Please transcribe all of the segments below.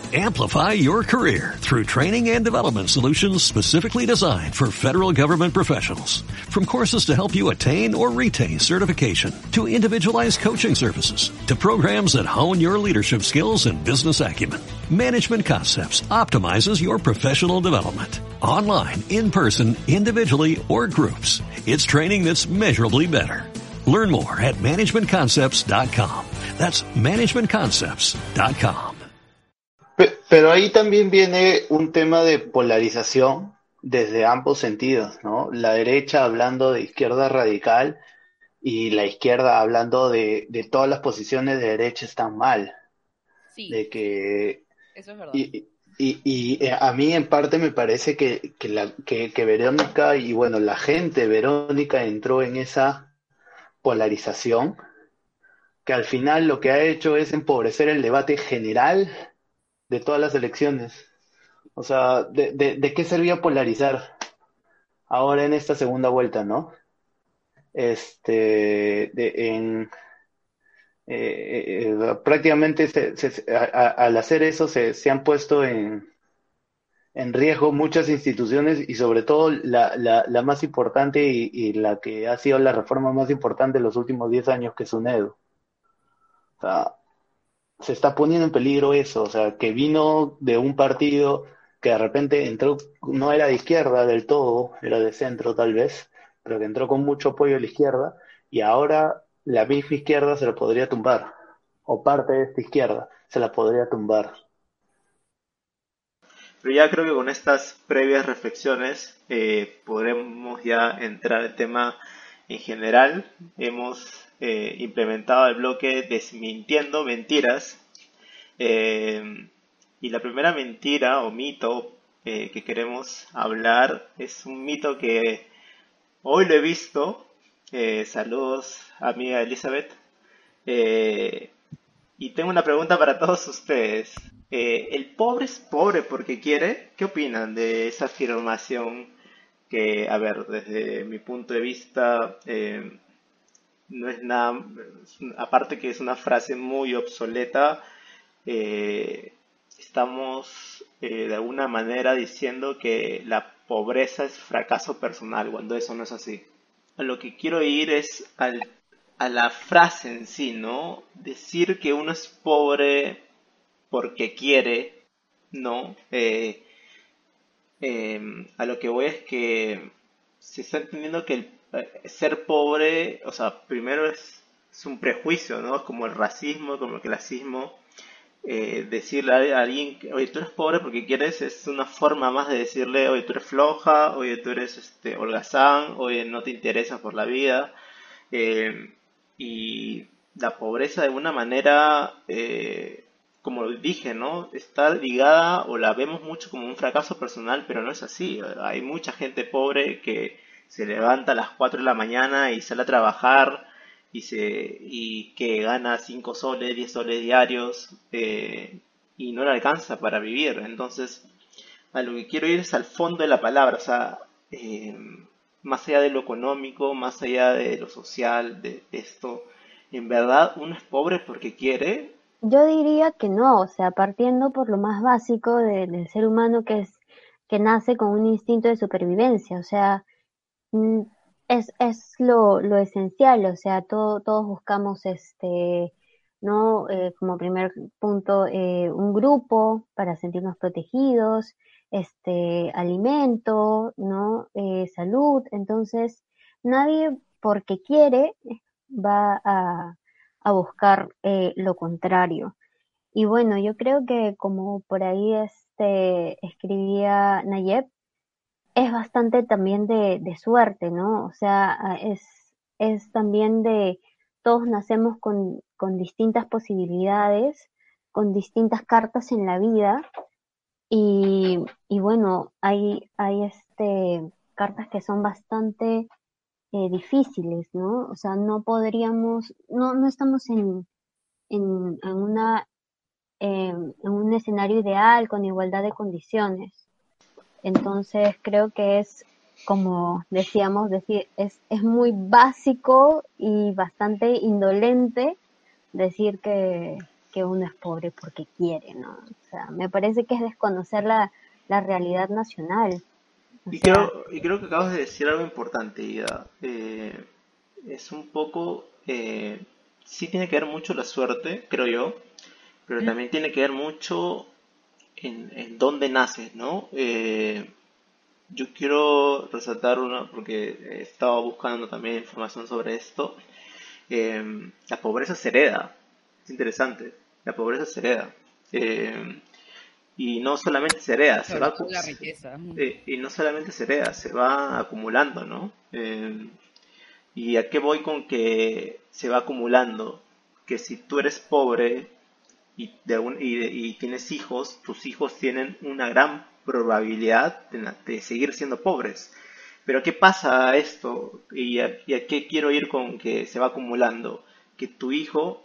Amplify your career through training and development solutions specifically designed for federal government professionals. From courses to help you attain or retain certification, to individualized coaching services, to programs that hone your leadership skills and business acumen, Management Concepts optimizes your professional development. Online, in person, individually, or groups, it's training that's measurably better. Learn more at managementconcepts.com. That's managementconcepts.com. Pero ahí también viene un tema de polarización desde ambos sentidos, ¿no? La derecha hablando de izquierda radical y la izquierda hablando de todas las posiciones de derecha están mal. Sí, De que eso es verdad. y a mí en parte me parece que Verónica y bueno, la gente Verónica entró en esa polarización que al final lo que ha hecho es empobrecer el debate general de todas las elecciones. O sea, ¿de qué servía polarizar ahora en esta segunda vuelta, ¿no? Prácticamente al hacer eso se han puesto en riesgo muchas instituciones y sobre todo la más importante y la que ha sido la reforma más importante en los últimos 10 años, que es UNEDO. O sea, se está poniendo en peligro eso, o sea, que vino de un partido que de repente entró, no era de izquierda del todo, era de centro tal vez, pero que entró con mucho apoyo a la izquierda y ahora la misma izquierda se la podría tumbar, o parte de esta izquierda se la podría tumbar. Pero ya creo que con estas previas reflexiones podremos ya entrar al tema en general. Hemos implementado el bloque Desmintiendo Mentiras. Y la primera mentira o mito que queremos hablar es un mito que hoy lo he visto. Saludos, amiga Elizabeth. Y tengo una pregunta para todos ustedes. ¿El pobre es pobre porque quiere? ¿Qué opinan de esa afirmación que, a ver, desde mi punto de vista, no es nada, aparte que es una frase muy obsoleta, estamos de alguna manera diciendo que la pobreza es fracaso personal, cuando eso no es así. A lo que quiero ir es a la frase en sí, ¿no? Decir que uno es pobre porque quiere, ¿no? A lo que voy es que se está entendiendo que ser pobre, o sea, primero es un prejuicio, ¿no? Es como el racismo, como el clasismo. Decirle a alguien, oye, tú eres pobre porque quieres, es una forma más de decirle, oye, tú eres floja, oye, tú eres holgazán, oye, no te interesas por la vida. Y la pobreza de alguna manera, como dije, ¿no? Está ligada o la vemos mucho como un fracaso personal, pero no es así. Hay mucha gente pobre que se levanta a las 4 de la mañana y sale a trabajar y que gana 5 soles, 10 soles diarios y no le alcanza para vivir. Entonces, a lo que quiero ir es al fondo de la palabra, o sea, eh, más allá de lo económico, más allá de lo social, de esto, en verdad uno es pobre porque quiere. Yo diría que no, o sea, partiendo por lo más básico del ser humano que nace con un instinto de supervivencia, o sea, mm, es lo esencial, o sea, todos buscamos ¿no? Como primer punto, un grupo para sentirnos protegidos, alimento, ¿no? Salud, entonces nadie porque quiere va a buscar lo contrario. Y bueno, yo creo que como por ahí escribía Nayeb, es bastante también de suerte, ¿no? O sea, es también todos nacemos con distintas posibilidades, con distintas cartas en la vida, y bueno, hay cartas que son bastante difíciles, ¿no? O sea, no podríamos, no estamos en una, en un escenario ideal con igualdad de condiciones. Entonces creo que es, como decíamos, es muy básico y bastante indolente decir que uno es pobre porque quiere, ¿no? O sea, me parece que es desconocer la realidad nacional. O sea, Y creo que acabas de decir algo importante, Ida. Es un poco, sí tiene que ver mucho la suerte, creo yo, pero también tiene que ver mucho en dónde naces, ¿no? Yo quiero resaltar una, porque he estado buscando también información sobre esto. La pobreza se hereda, es interesante, la pobreza se hereda. Eh, y no solamente se hereda, se Sobre va, todo la riqueza. y no solamente se hereda, se va acumulando, ¿no? ¿Y a qué voy con que se va acumulando? Que si tú eres pobre y tienes hijos, tus hijos tienen una gran probabilidad de seguir siendo pobres. Pero ¿qué pasa a esto? Y a qué quiero ir con que se va acumulando? Que tu hijo,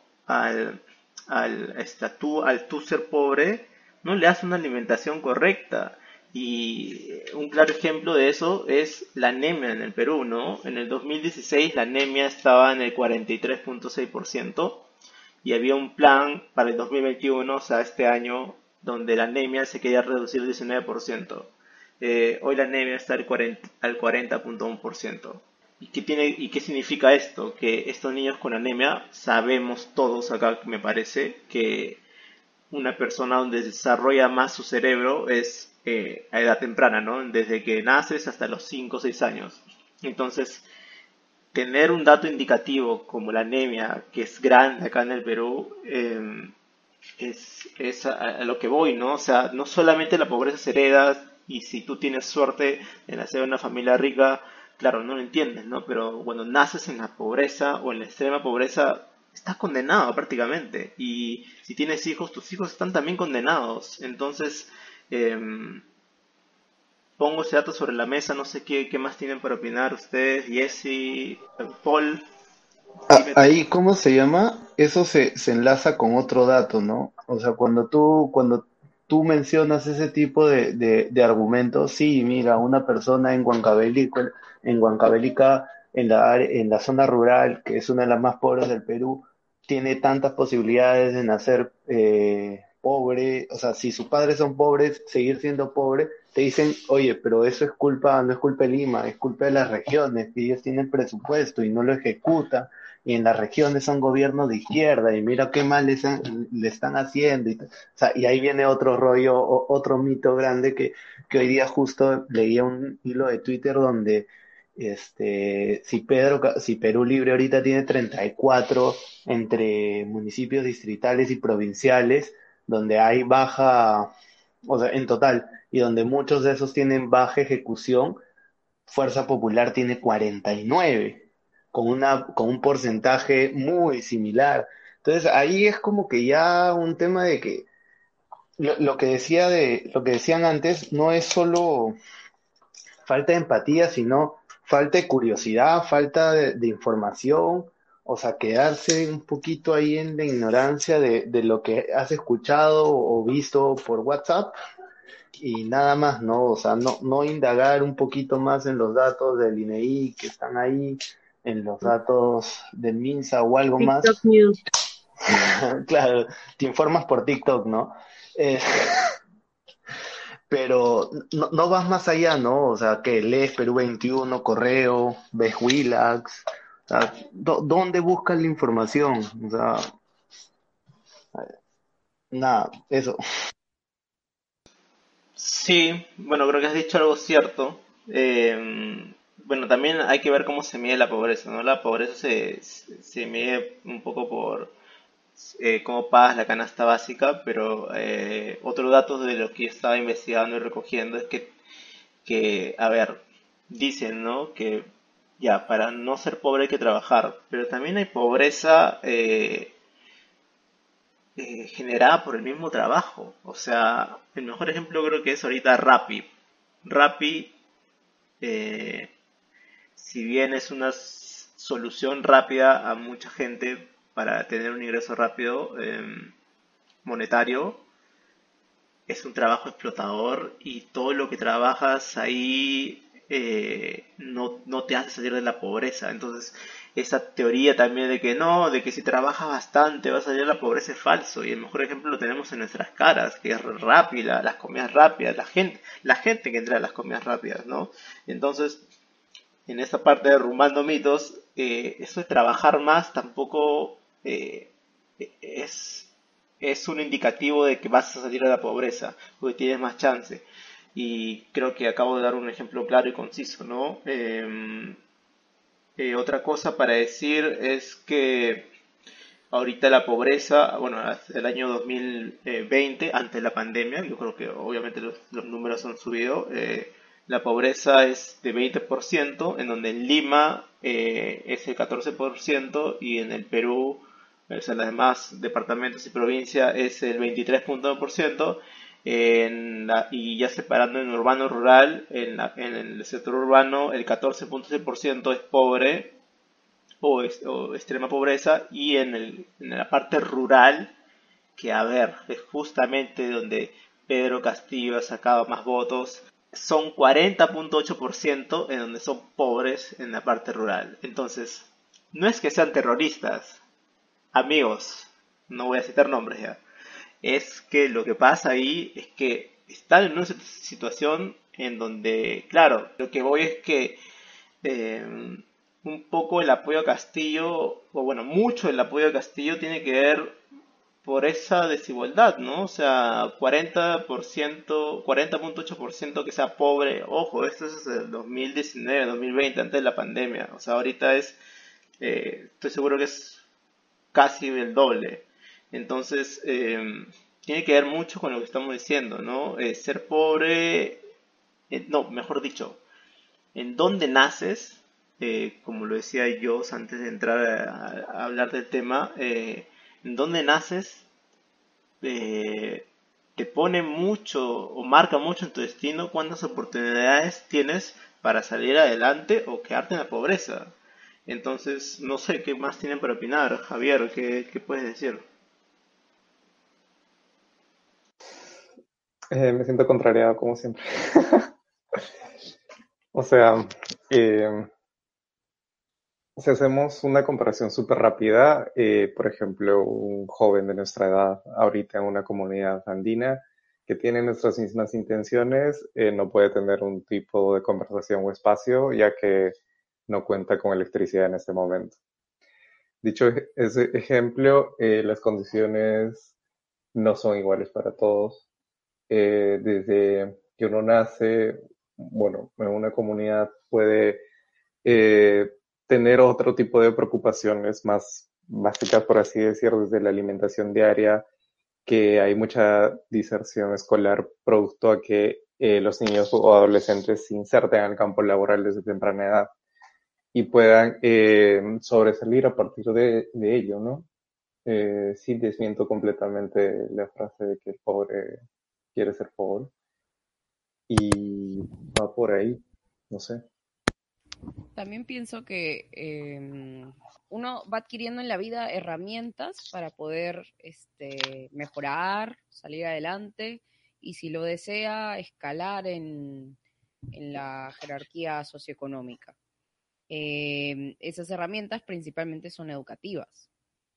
al tú ser pobre, no le hace una alimentación correcta. Y un claro ejemplo de eso es la anemia en el Perú, ¿no? En el 2016 la anemia estaba en el 43.6% y había un plan para el 2021, o sea, este año, donde la anemia se quería reducir al 19%. Hoy la anemia está al 40.1%. ¿Y qué significa esto? Que estos niños con anemia, sabemos todos acá, me parece, que una persona donde se desarrolla más su cerebro es a edad temprana, ¿no? Desde que naces hasta los 5 o 6 años. Entonces, tener un dato indicativo como la anemia, que es grande acá en el Perú, es a lo que voy, ¿no? O sea, no solamente la pobreza se hereda y si tú tienes suerte de nacer en una familia rica, claro, no lo entiendes, ¿no? Pero cuando naces en la pobreza o en la extrema pobreza, estás condenado prácticamente. Y si tienes hijos, tus hijos están también condenados. Entonces, em, pongo ese dato sobre la mesa, no sé qué más tienen para opinar ustedes, Jesse, Paul, dime tú. Ahí, ¿cómo se llama? Eso se enlaza con otro dato, ¿no? O sea, cuando tú mencionas ese tipo de argumentos, sí, mira, una persona en Huancavelica, en la zona rural, que es una de las más pobres del Perú, tiene tantas posibilidades de nacer pobre, o sea, si sus padres son pobres, seguir siendo pobre, te dicen, oye, pero eso es culpa, no es culpa de Lima, es culpa de las regiones, que ellos tienen presupuesto y no lo ejecutan y en las regiones son gobiernos de izquierda y mira qué mal le están haciendo o sea, y ahí viene otro rollo, otro mito grande que hoy día justo leía un hilo de Twitter donde si Perú Libre ahorita tiene 34 entre municipios distritales y provinciales, donde hay baja, o sea, en total, y donde muchos de esos tienen baja ejecución, Fuerza Popular tiene 49 con un porcentaje muy similar. Entonces ahí es como que ya un tema de que lo que decían antes no es solo falta de empatía, sino falta de curiosidad, falta de información, o sea, quedarse un poquito ahí en la ignorancia de lo que has escuchado o visto por WhatsApp y nada más, ¿no? O sea, no indagar un poquito más en los datos del INEI que están ahí, en los datos del MINSA o algo más. TikTok News. Claro, te informas por TikTok, ¿no? Eh, pero no vas más allá, ¿no? O sea, que lees Perú 21, Correo, ves Willax, o sea, ¿dónde buscas la información? O sea, nada, eso. Sí, bueno, creo que has dicho algo cierto. Bueno, también hay que ver cómo se mide la pobreza, ¿no? La pobreza se mide un poco por cómo pagas la canasta básica, pero otro dato de lo que estaba investigando y recogiendo es a ver, dicen, ¿no? Que ya, para no ser pobre hay que trabajar, pero también hay pobreza generada por el mismo trabajo. O sea, el mejor ejemplo creo que es ahorita Rappi. Rappi, eh, si bien es una solución rápida a mucha gente para tener un ingreso rápido monetario, es un trabajo explotador y todo lo que trabajas ahí no te hace salir de la pobreza. Entonces, esa teoría también de que no, de que si trabajas bastante va a salir la pobreza es falso. Y el mejor ejemplo lo tenemos en nuestras caras, que es rápida, las comidas rápidas, la gente que entra a las comidas rápidas, ¿no? Entonces, en esa parte de Rumbando Mitos, eso de trabajar más tampoco es, es un indicativo de que vas a salir de la pobreza, porque tienes más chance. Y creo que acabo de dar un ejemplo claro y conciso, ¿no? Otra cosa para decir es que ahorita la pobreza, bueno, el año 2020, antes de la pandemia, yo creo que obviamente los números han subido, la pobreza es de 20%, en donde en Lima es el 14% y en el Perú, o sea, en los demás departamentos y provincias es el 23.1%. Y ya separando en urbano y rural, en el sector urbano el 14.6% es pobre o extrema pobreza, y en la parte rural, que a ver, es justamente donde Pedro Castillo ha sacado más votos, son 40.8% en donde son pobres en la parte rural. Entonces, no es que sean terroristas, amigos, no voy a citar nombres ya, es que lo que pasa ahí es que están en una situación en donde, claro, lo que voy es que eh, un poco el apoyo a Castillo, o bueno, mucho el apoyo a Castillo tiene que ver por esa desigualdad, ¿no? O sea, 40%, 40.8% que sea pobre. Ojo, esto es el 2019, 2020, antes de la pandemia. O sea, ahorita estoy seguro que es casi el doble. Entonces, tiene que ver mucho con lo que estamos diciendo, ¿no? Ser pobre, no, mejor dicho, en dónde naces, como lo decía yo antes de entrar a hablar del tema, en dónde naces eh, te pone mucho o marca mucho en tu destino cuántas oportunidades tienes para salir adelante o quedarte en la pobreza. Entonces, no sé qué más tienen para opinar, Javier, qué puedes decir? Me siento contrariado como siempre. O sea, eh, si hacemos una comparación súper rápida, por ejemplo, un joven de nuestra edad, ahorita en una comunidad andina, que tiene nuestras mismas intenciones, no puede tener un tipo de conversación o espacio, ya que no cuenta con electricidad en este momento. Dicho ese ejemplo, las condiciones no son iguales para todos. Desde que uno nace, bueno, en una comunidad puede eh, tener otro tipo de preocupaciones más básicas, por así decir, desde la alimentación diaria, que hay mucha diserción escolar producto a que los niños o adolescentes se inserten al campo laboral desde temprana edad y puedan sobresalir a partir de ello, ¿no? Sí, desmiento completamente la frase de que el pobre quiere ser pobre y va por ahí, no sé. También pienso que uno va adquiriendo en la vida herramientas para poder mejorar, salir adelante y si lo desea, escalar en la jerarquía socioeconómica. Esas herramientas principalmente son educativas,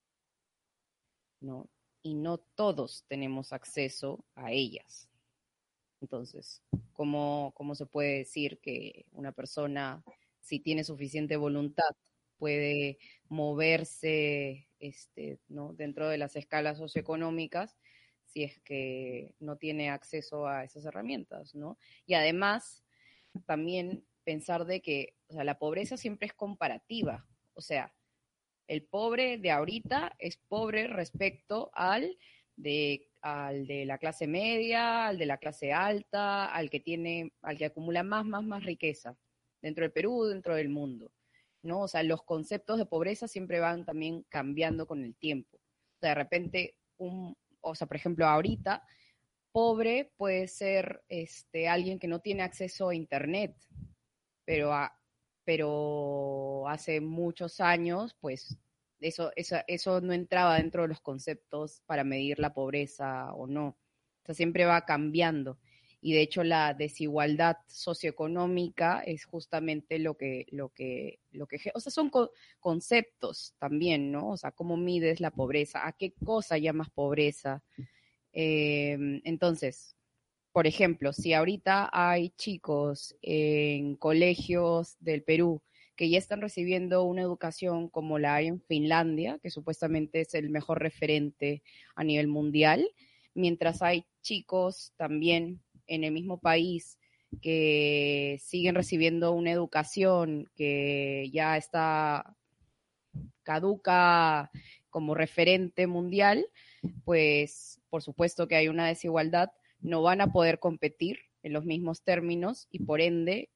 ¿no? Y no todos tenemos acceso a ellas. Entonces, ¿cómo se puede decir que una persona, si tiene suficiente voluntad, puede moverse ¿no? dentro de las escalas socioeconómicas si es que no tiene acceso a esas herramientas, ¿no? Y además, también pensar de que, o sea, la pobreza siempre es comparativa, o sea, el pobre de ahorita es pobre respecto al de la clase media, al de la clase alta, al que acumula más riqueza dentro del Perú, dentro del mundo, ¿no? O sea, los conceptos de pobreza siempre van también cambiando con el tiempo. O sea, de repente, o sea, por ejemplo, ahorita, pobre puede ser alguien que no tiene acceso a internet, pero, pero hace muchos años, pues eso no entraba dentro de los conceptos para medir la pobreza o no. O sea, siempre va cambiando. Y de hecho la desigualdad socioeconómica es justamente o sea, son conceptos también, ¿no? O sea, ¿cómo mides la pobreza? ¿A qué cosa llamas pobreza? Entonces, por ejemplo, si ahorita hay chicos en colegios del Perú que ya están recibiendo una educación como la hay en Finlandia, que supuestamente es el mejor referente a nivel mundial, mientras hay chicos también en el mismo país que siguen recibiendo una educación que ya está caduca como referente mundial, pues por supuesto que hay una desigualdad, no van a poder competir en los mismos términos y por ende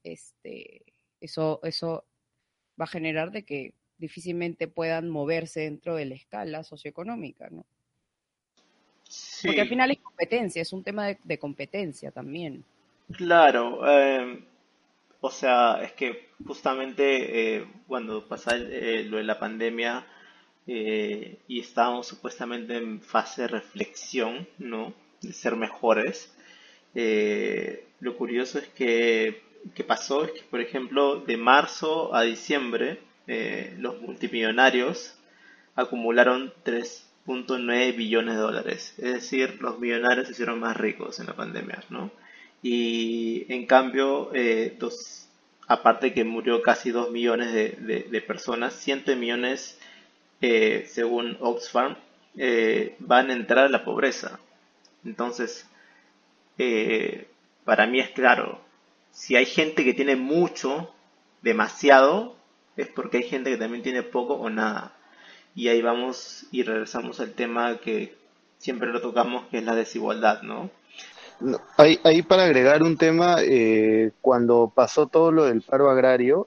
eso va a generar de que difícilmente puedan moverse dentro de la escala socioeconómica, ¿no? Porque al Sí, final es competencia, es un tema de competencia también. claro. O sea, es que justamente cuando pasa lo de la pandemia y estábamos supuestamente en fase de reflexión, ¿no? De ser mejores. Lo curioso es que pasó es que, por ejemplo, de marzo a diciembre, los multimillonarios acumularon 3,9 billones de dólares. Es decir, los millonarios se hicieron más ricos en la pandemia, ¿no? Y en cambio, aparte que murió casi 2 millones de personas, cientos de millones, según Oxfam, van a entrar a la pobreza. Entonces, eh, para mí es claro, si hay gente que tiene mucho, demasiado, es porque hay gente que también tiene poco o nada. Y ahí vamos y regresamos al tema que siempre lo tocamos, que es la desigualdad, ¿no? No, ahí para agregar un tema, cuando pasó todo lo del paro agrario,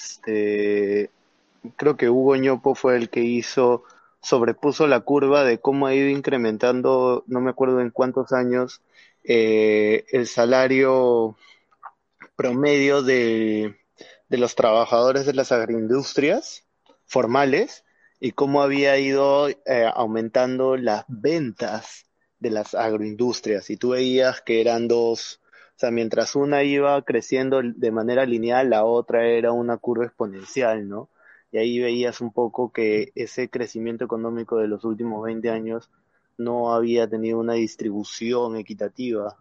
creo que Hugo Ñopo fue el que sobrepuso la curva de cómo ha ido incrementando, no me acuerdo en cuántos años, el salario promedio de los trabajadores de las agroindustrias formales y cómo había ido aumentando las ventas de las agroindustrias. Y tú veías que eran dos, o sea, mientras una iba creciendo de manera lineal, la otra era una curva exponencial, ¿no? Y ahí veías un poco que ese crecimiento económico de los últimos 20 años no había tenido una distribución equitativa.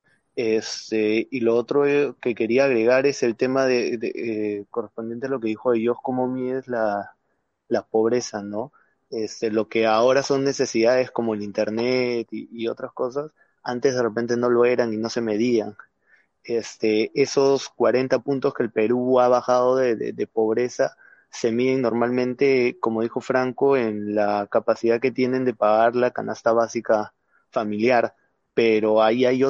Y lo otro que quería agregar es el tema correspondiente a lo que dijo ellos, cómo mides la pobreza, ¿no? Lo que ahora son necesidades como el internet y otras cosas, antes de repente no lo eran y no se medían. Esos 40 puntos que el Perú ha bajado de pobreza se miden normalmente, como dijo Franco, en la capacidad que tienen de pagar la canasta básica familiar, pero ahí hay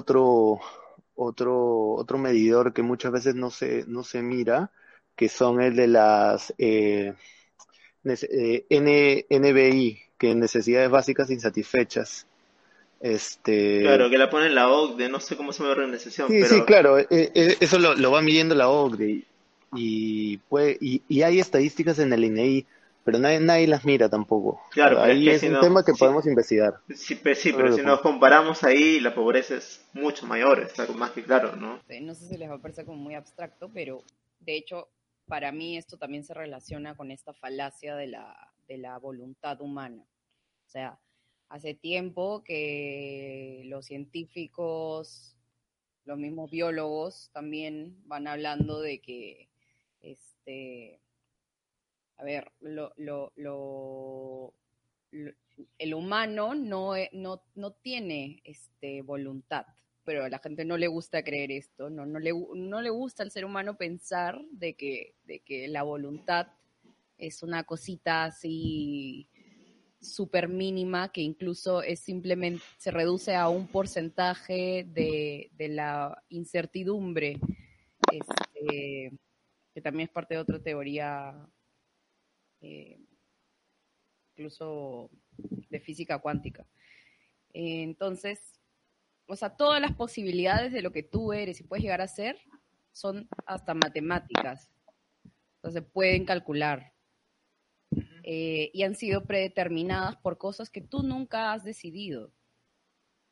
otro medidor que muchas veces no se mira, que son el de las NBI, que necesidades básicas insatisfechas. Este, Claro, que la pone en la OCDE, no sé cómo se llama la organización, sí, sí, pero claro, eso lo va midiendo la OCDE y hay estadísticas en el INEI, pero nadie las mira tampoco. claro, pero es Ahí que es si un no, tema que podemos investigar. sí, No te pero si nos preocupes. comparamos ahí, la pobreza es mucho mayor, está más que claro, ¿no? No sé si les va a parecer como muy abstracto, pero de hecho, para mí esto también se relaciona con esta falacia de la voluntad humana. O sea, hace tiempo que los científicos, los mismos biólogos también van hablando de que, a ver, lo- el humano no tiene voluntad, pero a la gente no le gusta creer esto, no le gusta al ser humano pensar de que la voluntad es una cosita así súper mínima que incluso es simplemente se reduce a un porcentaje de la incertidumbre, que también es parte de otra teoría, eh, incluso de física cuántica. Entonces, o sea, todas las posibilidades de lo que tú eres y puedes llegar a ser son hasta matemáticas, entonces pueden calcular. Y han sido predeterminadas por cosas que tú nunca has decidido.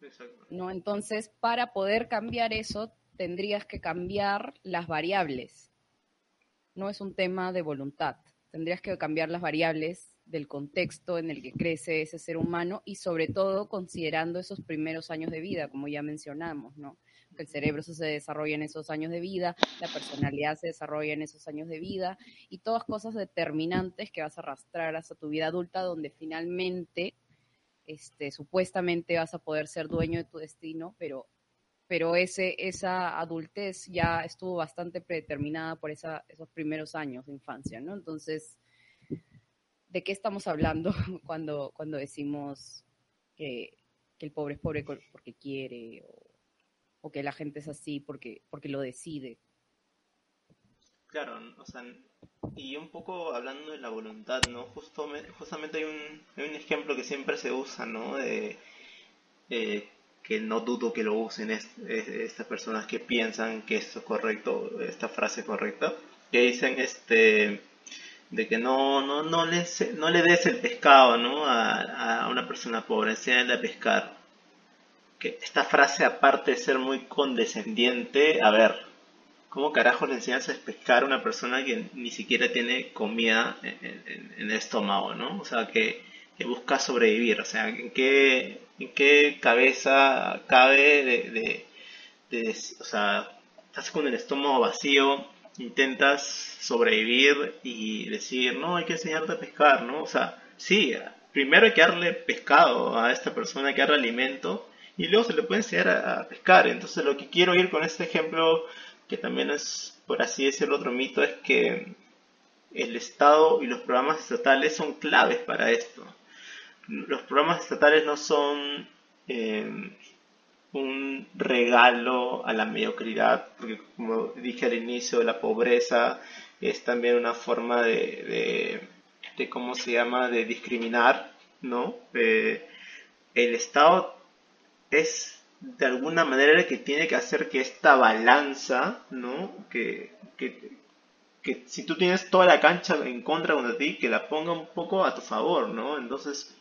Exacto. ¿no? Entonces, para poder cambiar eso, tendrías que cambiar las variables. No es un tema de voluntad. Tendrías que cambiar las variables del contexto en el que crece ese ser humano y sobre todo considerando esos primeros años de vida, como ya mencionamos, ¿no? Que el cerebro se desarrolla en esos años de vida, la personalidad se desarrolla en esos años de vida y todas cosas determinantes que vas a arrastrar hasta tu vida adulta donde finalmente supuestamente vas a poder ser dueño de tu destino, pero esa adultez ya estuvo bastante predeterminada por esos primeros años de infancia, ¿no? Entonces, ¿de qué estamos hablando cuando decimos que el pobre es pobre porque quiere o que la gente es así porque lo decide? Claro, o sea, y un poco hablando de la voluntad, ¿no? Justamente hay un ejemplo que siempre se usa, ¿no? Eh, que no dudo que lo usen estas personas que piensan que esto es correcto, esta frase es correcta, que dicen de que no le des el pescado, ¿no? A una persona pobre, enséñale a pescar. Que esta frase, aparte de ser muy condescendiente, a ver, ¿cómo carajo le enseñas a pescar a una persona que ni siquiera tiene comida en el estómago, ¿no? O sea, que busca sobrevivir. O sea, ¿en qué cabeza cabe o sea, estás con el estómago vacío, intentas sobrevivir y decir, no, hay que enseñarte a pescar, ¿no? O sea, sí, primero hay que darle pescado a esta persona, hay que darle alimento y luego se le puede enseñar a pescar. Entonces lo que quiero ir con este ejemplo, que también es, por así decirlo, otro mito, es que el Estado y los programas estatales son claves para esto. Los programas estatales no son un regalo a la mediocridad, porque como dije al inicio, la pobreza es también una forma de ¿cómo se llama?, de discriminar, ¿no? El Estado es de alguna manera el que tiene que hacer que esta balanza, ¿no? Que si tú tienes toda la cancha en contra contra ti, que la ponga un poco a tu favor, ¿no? Entonces,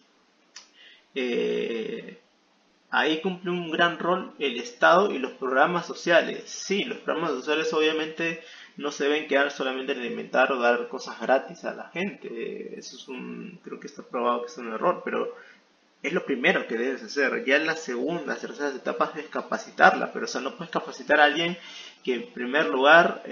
eh, ahí cumple un gran rol el Estado y los programas sociales. Sí, los programas sociales obviamente no se deben quedar solamente en alimentar o dar cosas gratis a la gente. Eso creo que está probado que es un error, pero es lo primero que debes hacer. Ya en las segundas, terceras etapas es capacitarla, pero o sea, no puedes capacitar a alguien que en primer lugar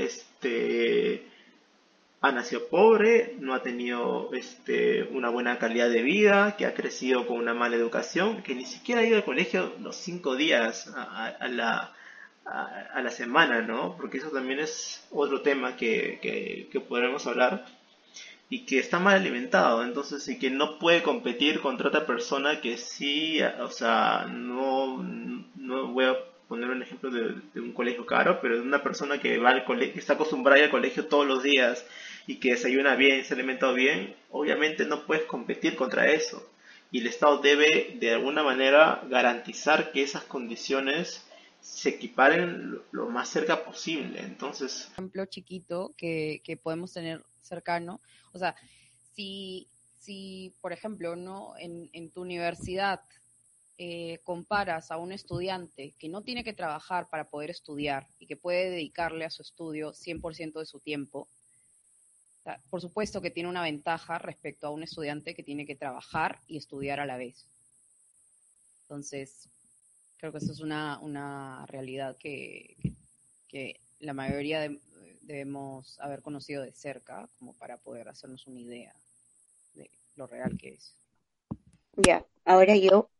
ha nacido pobre, no ha tenido una buena calidad de vida, que ha crecido con una mala educación, que ni siquiera ha ido al colegio los 5 días a la semana, ¿no? Porque eso también es otro tema que podremos hablar y que está mal alimentado, entonces, y que no puede competir contra otra persona que sí, o sea, no voy a poner un ejemplo de un colegio caro, pero de una persona que va al colegio, que está acostumbrada a ir al colegio todos los días y que desayuna bien, se alimenta bien, obviamente no puedes competir contra eso. Y el Estado debe, de alguna manera, garantizar que esas condiciones se equiparen lo más cerca posible. Entonces, Ejemplo chiquito que podemos tener cercano. O sea, si por ejemplo, ¿no? En tu universidad comparas a un estudiante que no tiene que trabajar para poder estudiar y que puede dedicarle a su estudio 100% de su tiempo, o sea, por supuesto que tiene una ventaja respecto a un estudiante que tiene que trabajar y estudiar a la vez. Entonces, creo que eso es una realidad que la mayoría debemos haber conocido de cerca como para poder hacernos una idea de lo real que es. Ya, ahora yo,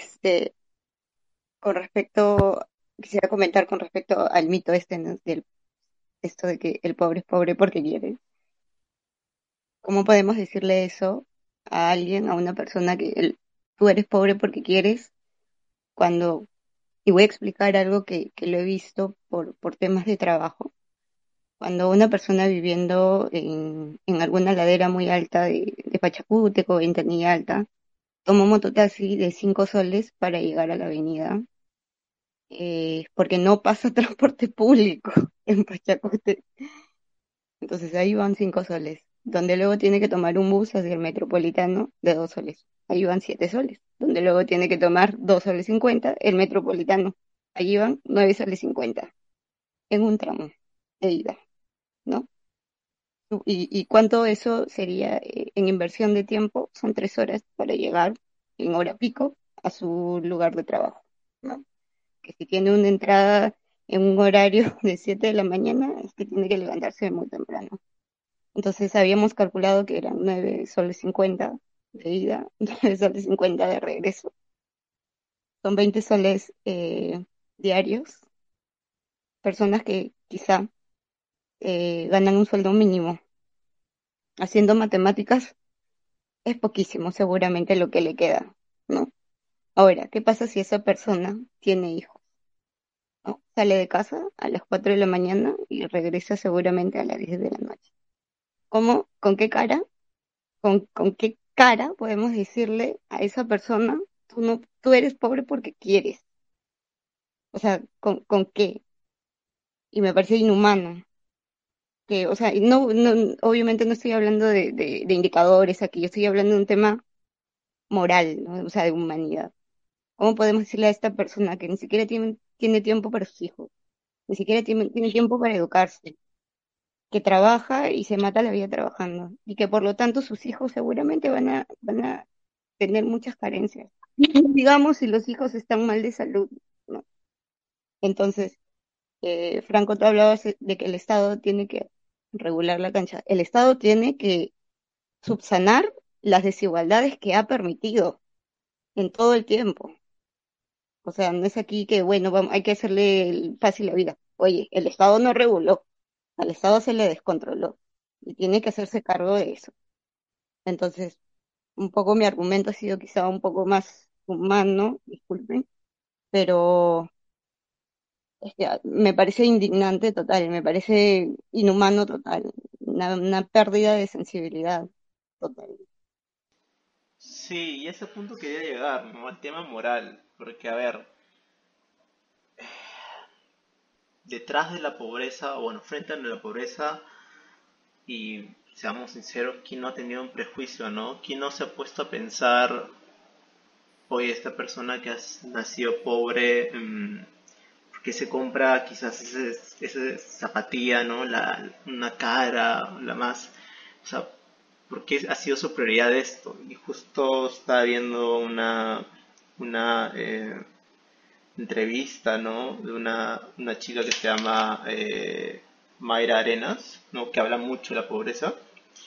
con respecto, quisiera comentar con respecto al mito ¿no? Esto de que el pobre es pobre porque quiere. ¿Cómo podemos decirle eso a alguien, a una persona tú eres pobre porque quieres, cuando, y voy a explicar algo que lo he visto por temas de trabajo, cuando una persona viviendo en alguna ladera muy alta de Pachacútec o Ventanilla Alta, toma un mototaxi de 5 soles para llegar a la avenida, porque no pasa transporte público en Pachacútec. Entonces ahí van 5 soles, donde luego tiene que tomar un bus hacia el metropolitano de 2 soles. Ahí van 7 soles, donde luego tiene que tomar 2,50 soles, el Metropolitano. Allí van 9,50 soles en un tramo de ida, ¿no? ¿Y cuánto eso sería en inversión de tiempo? Son 3 horas para llegar en hora pico a su lugar de trabajo, ¿no? Que si tiene una entrada en un horario de 7 de la mañana, es que tiene que levantarse muy temprano. Entonces habíamos calculado que eran 9,50 soles de ida, 9,50 soles de regreso. Son 20 soles diarios. Personas que quizá ganan un sueldo mínimo. Haciendo matemáticas, es poquísimo seguramente lo que le queda, ¿no? Ahora, ¿qué pasa si esa persona tiene hijos? ¿No? Sale de casa a las 4 de la mañana y regresa seguramente a las 10 de la noche. ¿Cómo, con qué cara? ¿Con qué cara podemos decirle a esa persona, tú no, tú eres pobre porque quieres? O sea, ¿con qué? Y me parece inhumano. Que, o sea, y obviamente no estoy hablando de indicadores aquí, yo estoy hablando de un tema moral, ¿no? O sea, de humanidad. ¿Cómo podemos decirle a esta persona que ni siquiera tiene tiempo para sus hijos, ni siquiera tiene tiempo para educarse, que trabaja y se mata la vida trabajando, y que por lo tanto sus hijos seguramente van a tener muchas carencias? Digamos, si los hijos están mal de salud, ¿no? Entonces, Franco, tú hablabas de que el Estado tiene que regular la cancha. El Estado tiene que subsanar las desigualdades que ha permitido en todo el tiempo. O sea, no es aquí que, bueno, hay que hacerle fácil la vida. Oye, el Estado no reguló, al Estado se le descontroló y tiene que hacerse cargo de eso. Entonces, un poco mi argumento ha sido quizá un poco más humano, disculpen, pero me parece indignante total, me parece inhumano total, una pérdida de sensibilidad total. Sí, y a ese punto quería llegar, ¿no? Al tema moral, porque a ver, detrás de la pobreza, o bueno, frente a la pobreza, y seamos sinceros, ¿quién no ha tenido un prejuicio, no? ¿Quién no se ha puesto a pensar, oye, esta persona que ha nacido pobre, ¿por qué se compra quizás esa zapatilla, ¿no? Una cara, la más, o sea, ¿por qué ha sido su prioridad esto? Y justo estaba viendo una entrevista, ¿no? De una chica que se llama Mayra Arenas, ¿no? Que habla mucho de la pobreza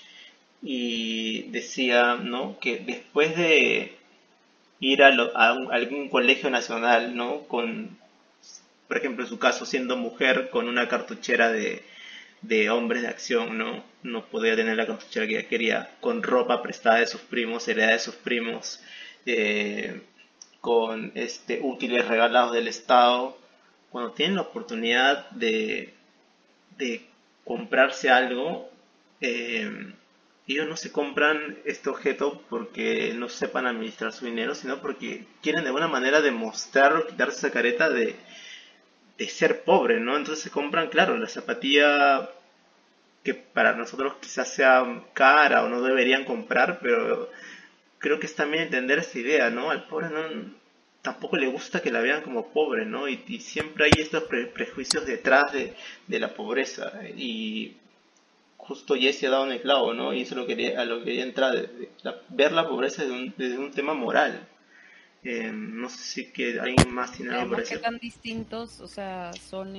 y decía, ¿no? Que después de ir a algún colegio nacional, ¿no? Con, por ejemplo, en su caso, siendo mujer, con una cartuchera de hombres de acción, ¿no? No podía tener la cartuchera que ella quería, con ropa prestada de sus primos, heredada de sus primos, eh, con útiles regalados del Estado. Cuando tienen la oportunidad de comprarse algo, eh, ellos no se compran este objeto porque no sepan administrar su dinero, sino porque quieren de alguna manera demostrar o quitarse esa careta de ser pobre, ¿no? Entonces se compran, claro, la zapatilla que para nosotros quizás sea cara o no deberían comprar, pero creo que es también entender esta idea, ¿no? Al pobre no tampoco le gusta que la vean como pobre, ¿no? Y siempre hay estos prejuicios detrás de la pobreza. Y justo Jesse ha dado en el clavo, ¿no? Y eso es a lo que quería entrar, ver la pobreza desde un tema moral. No sé si que alguien más tiene Y algo para además, qué decir. tan distintos, o sea, son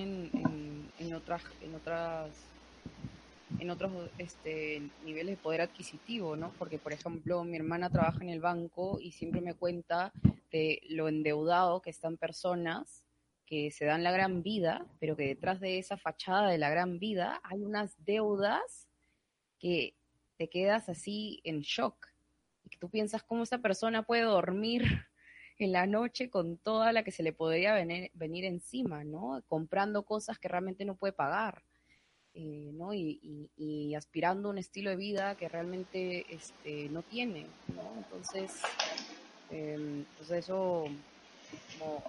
en otros niveles de poder adquisitivo, ¿no? Porque, por ejemplo, mi hermana trabaja en el banco y siempre me cuenta de lo endeudado que están personas que se dan la gran vida, pero que detrás de esa fachada de la gran vida hay unas deudas que te quedas así en shock. Y que tú piensas cómo esta persona puede dormir en la noche con toda la que se le podría venir encima, ¿no? Comprando cosas que realmente no puede pagar. ¿No? Y aspirando a un estilo de vida que realmente no tiene, ¿no? Entonces eso, como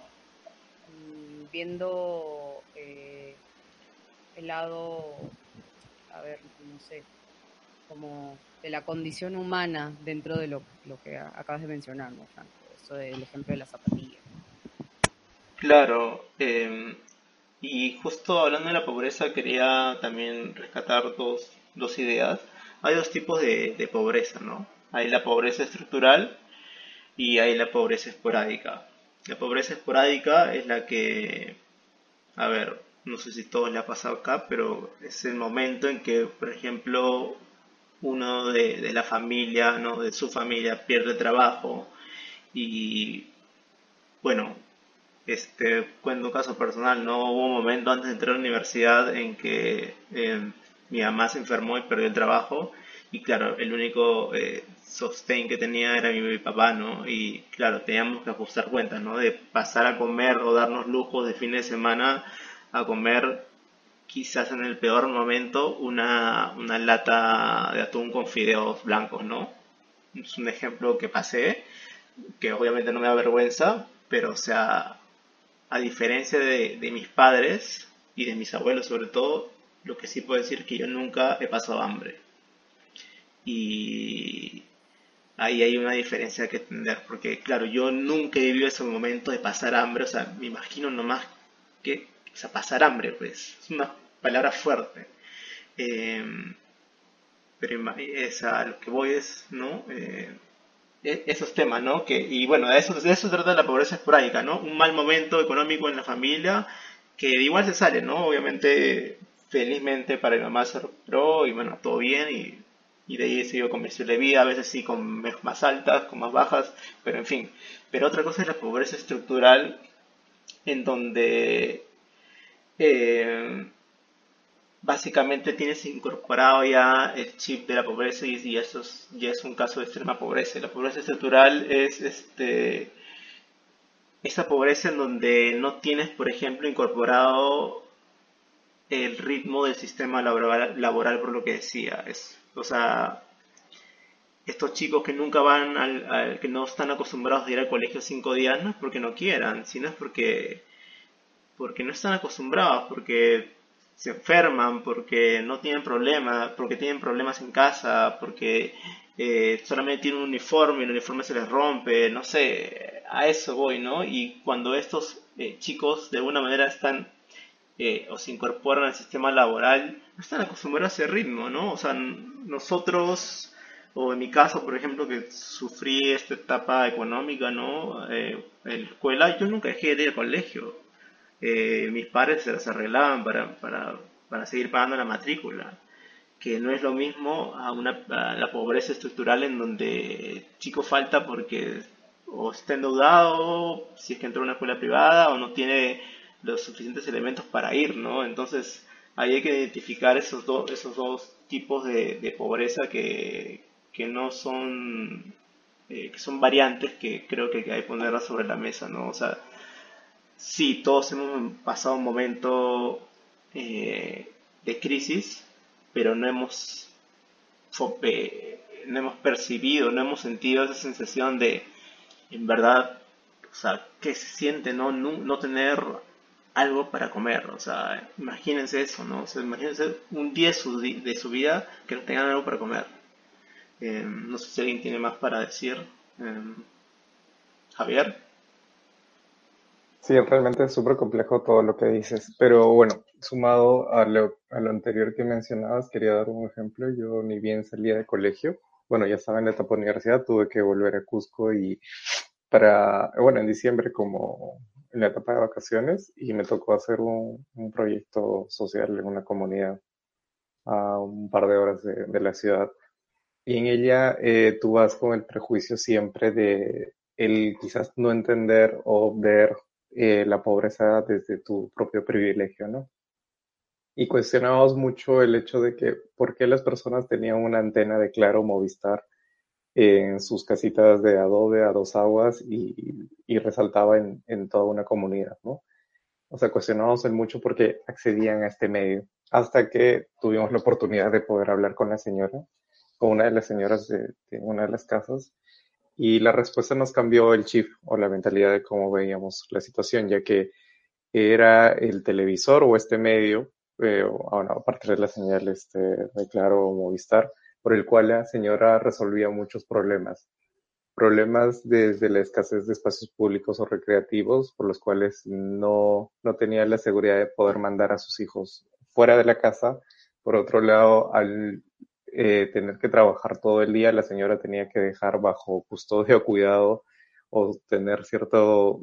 viendo el lado, a ver, no sé, como de la condición humana dentro de lo que acabas de mencionar, ¿no, Franco? eso del ejemplo de la zapatilla. Claro, y justo hablando de la pobreza quería también rescatar dos ideas. Hay dos tipos de pobreza, ¿no? Hay la pobreza estructural y hay la pobreza esporádica. La pobreza esporádica es la que, a ver, no sé si todo le ha pasado acá, pero es el momento en que, por ejemplo, uno de la familia, ¿no? De su familia pierde trabajo y, bueno, cuento un caso personal, ¿no? Hubo un momento antes de entrar a la universidad en que mi mamá se enfermó y perdió el trabajo y claro, el único sostén que tenía era mi papá, ¿no? Y claro, teníamos que ajustar cuentas, ¿no? De pasar a comer o darnos lujos de fin de semana a comer quizás en el peor momento una lata de atún con fideos blancos, ¿no? Es un ejemplo que pasé, que obviamente no me da vergüenza, pero o sea, a diferencia de mis padres y de mis abuelos sobre todo, lo que sí puedo decir es que yo nunca he pasado hambre. Y ahí hay una diferencia que entender, porque claro, yo nunca he vivido ese momento de pasar hambre, o sea, me imagino nomás que, o sea, pasar hambre, pues, es una palabra fuerte. Eh, pero es a lo que voy es, ¿no? Esos temas, ¿no? Y bueno, de eso trata la pobreza esporádica, ¿no? Un mal momento económico en la familia que igual se sale, ¿no? Obviamente, felizmente para mi mamá se recuperó y bueno, todo bien y de ahí siguió con mi estilo de vida, a veces sí con más altas, con más bajas, pero en fin. Pero otra cosa es la pobreza estructural en donde eh, básicamente tienes incorporado ya el chip de la pobreza y eso ya es un caso de extrema pobreza. La pobreza estructural es esa pobreza en donde no tienes, por ejemplo, incorporado el ritmo del sistema laboral por lo que decía. O sea, estos chicos que nunca van que no están acostumbrados a ir al colegio 5 días, no es porque no quieran, sino es porque no están acostumbrados, porque se enferman, porque no tienen problemas, porque tienen problemas en casa, porque solamente tienen un uniforme y el uniforme se les rompe, no sé, a eso voy, ¿no? Y cuando estos chicos de alguna manera están o se incorporan al sistema laboral, no están acostumbrados a ese ritmo, ¿no? O sea, nosotros, o en mi caso, por ejemplo, que sufrí esta etapa económica, ¿no? En la escuela, yo nunca dejé de ir al colegio. Mis padres se las arreglaban para seguir pagando la matrícula, que no es lo mismo a la pobreza estructural en donde chico falta porque o está endeudado, si es que entró a una escuela privada, o no tiene los suficientes elementos para ir, ¿no? Entonces, ahí hay que identificar esos dos tipos de pobreza que no son, que son variantes que creo que hay que ponerlas sobre la mesa, ¿no? O sea, sí, todos hemos pasado un momento de crisis, pero no hemos percibido, no hemos sentido esa sensación de, en verdad, o sea, qué se siente no tener algo para comer. O sea, imagínense eso, ¿no? O sea, imagínense un día de su vida que no tengan algo para comer. No sé si alguien tiene más para decir. Javier. Sí, realmente es súper complejo todo lo que dices, pero bueno, sumado a lo anterior que mencionabas, quería dar un ejemplo. Yo ni bien salía de colegio, bueno, ya estaba en la etapa de universidad, tuve que volver a Cusco y bueno, en diciembre como en la etapa de vacaciones y me tocó hacer un proyecto social en una comunidad a un par de horas de la ciudad. Y en ella tú vas con el prejuicio siempre de el quizás no entender o ver la pobreza desde tu propio privilegio, ¿no? Y cuestionábamos mucho el hecho de que por qué las personas tenían una antena de Claro Movistar en sus casitas de adobe a dos aguas y resaltaba en toda una comunidad, ¿no? O sea, cuestionábamos el mucho porque accedían a este medio, hasta que tuvimos la oportunidad de poder hablar con la señora, con una de las señoras de una de las casas, y la respuesta nos cambió el chip o la mentalidad de cómo veíamos la situación, ya que era el televisor o este medio, bueno, aparte de la señal de Claro o Movistar, por el cual la señora resolvía muchos problemas. problemas desde la escasez de espacios públicos o recreativos, por los cuales no tenía la seguridad de poder mandar a sus hijos fuera de la casa. Por otro lado, al tener que trabajar todo el día, la señora tenía que dejar bajo custodia o cuidado o tener cierto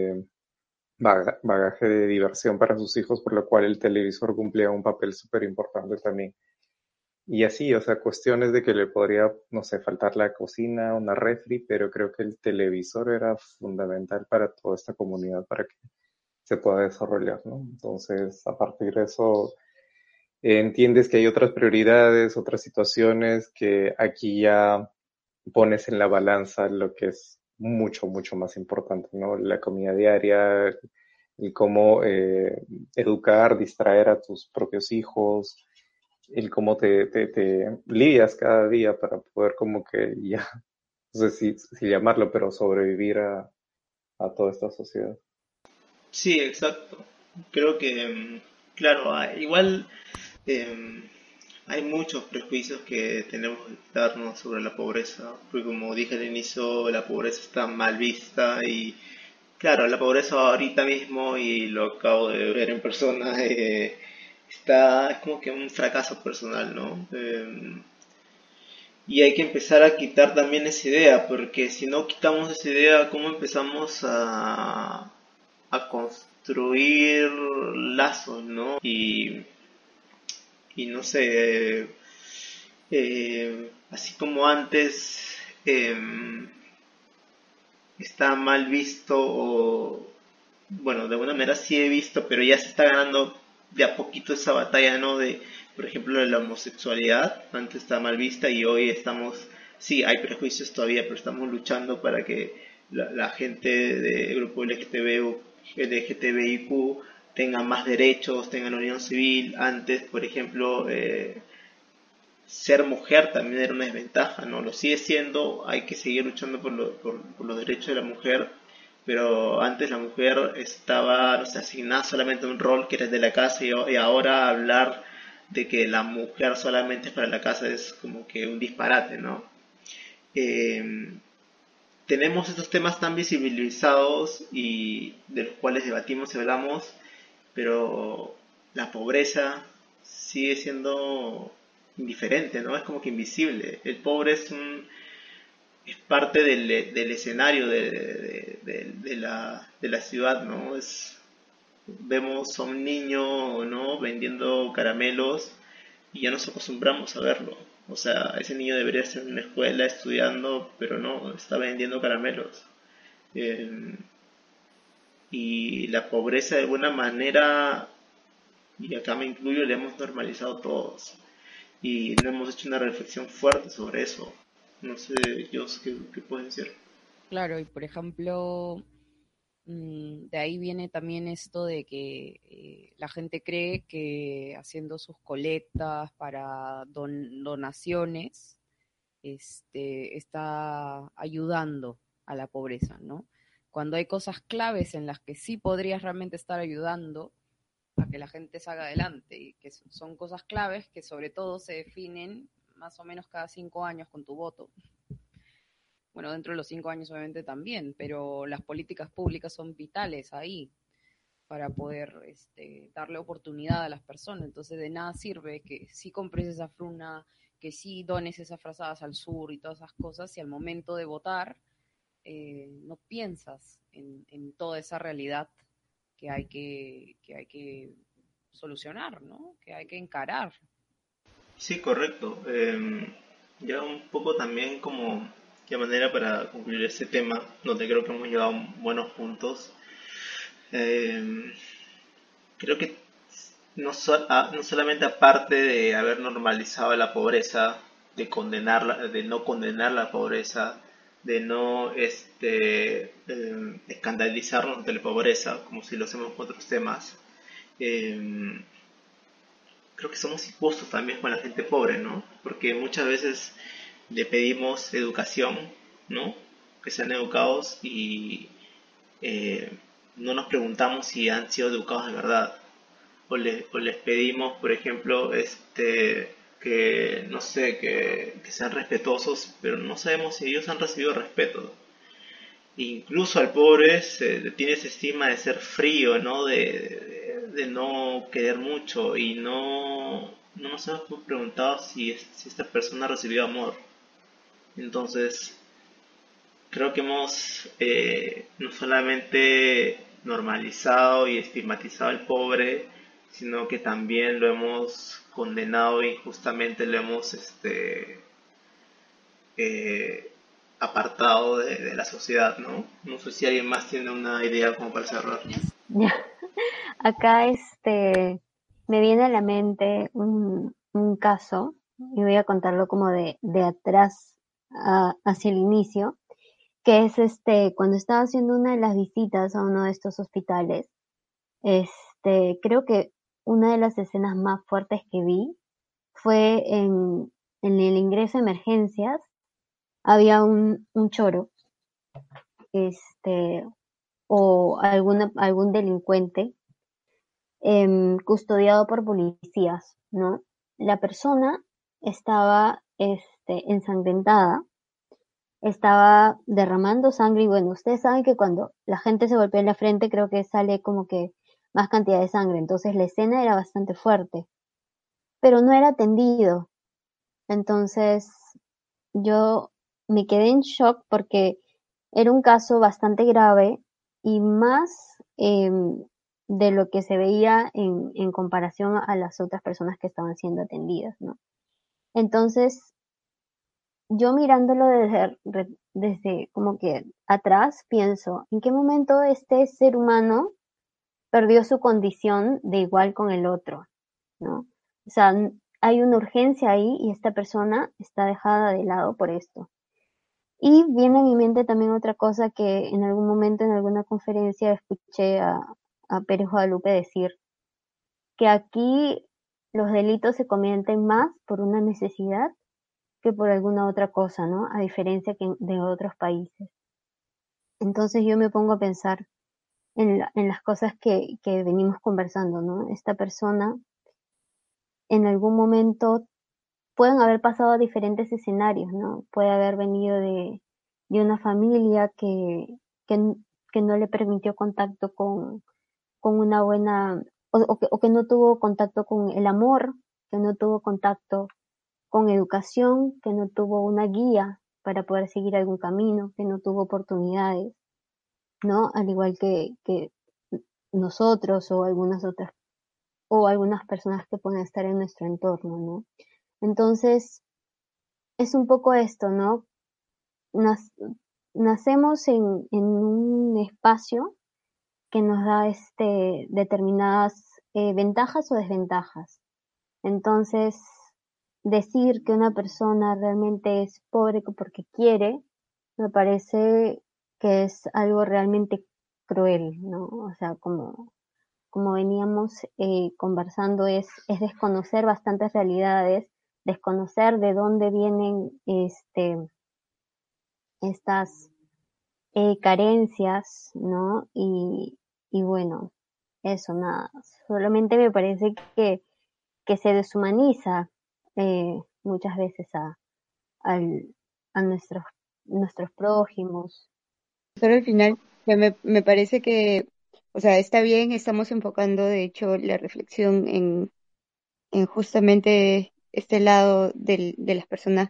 bagaje de diversión para sus hijos, por lo cual el televisor cumplía un papel súper importante también. Y así, o sea, cuestiones de que le podría, no sé, faltar la cocina, una refri, pero creo que el televisor era fundamental para toda esta comunidad para que se pueda desarrollar, ¿no? Entonces, a partir de eso, entiendes que hay otras prioridades, otras situaciones que aquí ya pones en la balanza lo que es mucho, mucho más importante, ¿no? La comida diaria, el cómo educar, distraer a tus propios hijos, el cómo te lidias cada día para poder como que ya, no sé si llamarlo, pero sobrevivir a toda esta sociedad. Sí, exacto. Creo que, claro, igual em, hay muchos prejuicios que tenemos que darnos sobre la pobreza, porque como dije al inicio, la pobreza está mal vista y, claro, la pobreza ahorita mismo, y lo acabo de ver en persona, es como que un fracaso personal, ¿no? Y hay que empezar a quitar también esa idea, porque si no quitamos esa idea, ¿cómo empezamos a construir lazos, ¿no? Y no sé, así como antes está mal visto, o bueno, de alguna manera sí he visto, pero ya se está ganando de a poquito esa batalla, ¿no? De, por ejemplo, de la homosexualidad, antes estaba mal vista y hoy estamos, sí, hay prejuicios todavía, pero estamos luchando para que la gente del grupo LGTBIQ tenga más derechos, tengan unión civil. Antes, por ejemplo, ser mujer también era una desventaja, ¿no? Lo sigue siendo, hay que seguir luchando por los derechos de la mujer, pero antes la mujer estaba, no sé, asignada solamente a un rol que era el de la casa, y ahora hablar de que la mujer solamente es para la casa es como que un disparate, ¿no? Eh, Tenemos estos temas tan visibilizados y de los cuales debatimos y hablamos, pero la pobreza sigue siendo indiferente, ¿no? Es como que invisible. El pobre es parte del escenario de la ciudad, ¿no? Vemos a un niño, ¿no? Vendiendo caramelos y ya nos acostumbramos a verlo. O sea, ese niño debería estar en una escuela estudiando, pero no, está vendiendo caramelos. Eh, y la pobreza de alguna manera, y acá me incluyo, le hemos normalizado todos. Y no hemos hecho una reflexión fuerte sobre eso. No sé, Jos, ¿qué puedes decir? Claro, y por ejemplo, de ahí viene también esto de que la gente cree que haciendo sus colectas para donaciones, está ayudando a la pobreza, ¿no? Cuando hay cosas claves en las que sí podrías realmente estar ayudando a que la gente salga adelante, y que son cosas claves que sobre todo se definen más o menos cada 5 años con tu voto. Bueno, dentro de los 5 años obviamente también, pero las políticas públicas son vitales ahí para poder darle oportunidad a las personas. Entonces de nada sirve que sí compres esa fruna, que sí dones esas frazadas al sur y todas esas cosas, si al momento de votar no piensas en toda esa realidad que hay que solucionar, ¿no? Que hay que encarar. Sí, correcto. Ya un poco también como de manera para concluir este tema, donde creo que hemos llegado a buenos puntos. Eh, Creo que no solamente aparte de haber normalizado la pobreza, de no condenar la pobreza, de no escandalizarnos ante la pobreza, como si lo hacemos con otros temas, eh, creo que somos injustos también con la gente pobre, ¿no? Porque muchas veces le pedimos educación, ¿no? Que sean educados, y eh, no nos preguntamos si han sido educados de verdad. O les pedimos, por ejemplo, que no sé, que sean respetuosos, pero no sabemos si ellos han recibido respeto. Incluso al pobre se le tiene ese estigma de ser frío, ¿no? De no querer mucho y no nos hemos preguntado si esta persona ha recibido amor. Entonces, creo que hemos no solamente normalizado y estigmatizado al pobre, sino que también lo hemos condenado injustamente, lo hemos eh, apartado de la sociedad, ¿no? No sé si alguien más tiene una idea como para cerrar. Ya. Acá me viene a la mente un caso, y voy a contarlo como de atrás hacia el inicio, que es cuando estaba haciendo una de las visitas a uno de estos hospitales, creo que una de las escenas más fuertes que vi fue en el ingreso de emergencias. Había un choro, este, o algún delincuente custodiado por policías, ¿no? La persona estaba ensangrentada, estaba derramando sangre y bueno, ustedes saben que cuando la gente se golpea en la frente creo que sale como que más cantidad de sangre, entonces la escena era bastante fuerte, pero no era atendido. Entonces yo me quedé en shock porque era un caso bastante grave y más de lo que se veía en comparación a las otras personas que estaban siendo atendidas, ¿no? Entonces, yo mirándolo desde como que atrás, pienso, ¿en qué momento este ser humano perdió su condición de igual con el otro, ¿no? O sea, hay una urgencia ahí y esta persona está dejada de lado por esto. Y viene a mi mente también otra cosa que en algún momento en alguna conferencia escuché a Pérez Guadalupe decir, que aquí los delitos se cometen más por una necesidad que por alguna otra cosa, ¿no? A diferencia que de otros países. Entonces yo me pongo a pensar en las cosas que venimos conversando, ¿no? Esta persona en algún momento pueden haber pasado diferentes escenarios, ¿no? Puede haber venido de una familia que, que no le permitió contacto con una buena, o que no tuvo contacto con el amor, que no tuvo contacto con educación, que no tuvo una guía para poder seguir algún camino, que no tuvo oportunidades, ¿no? Al igual que nosotros o algunas personas que pueden estar en nuestro entorno, ¿no? Entonces, es un poco esto, ¿no? Nas- Nacemos en un espacio que nos da determinadas ventajas o desventajas. Entonces, decir que una persona realmente es pobre porque quiere, me parece que es algo realmente cruel, ¿no? O sea, como veníamos conversando, es desconocer bastantes realidades, desconocer de dónde vienen estas carencias, ¿no? Y bueno, eso, nada, solamente me parece que se deshumaniza muchas veces al, a nuestros prójimos. Pero al final, ya me parece que, o sea, está bien, estamos enfocando, de hecho, la reflexión en justamente este lado de las personas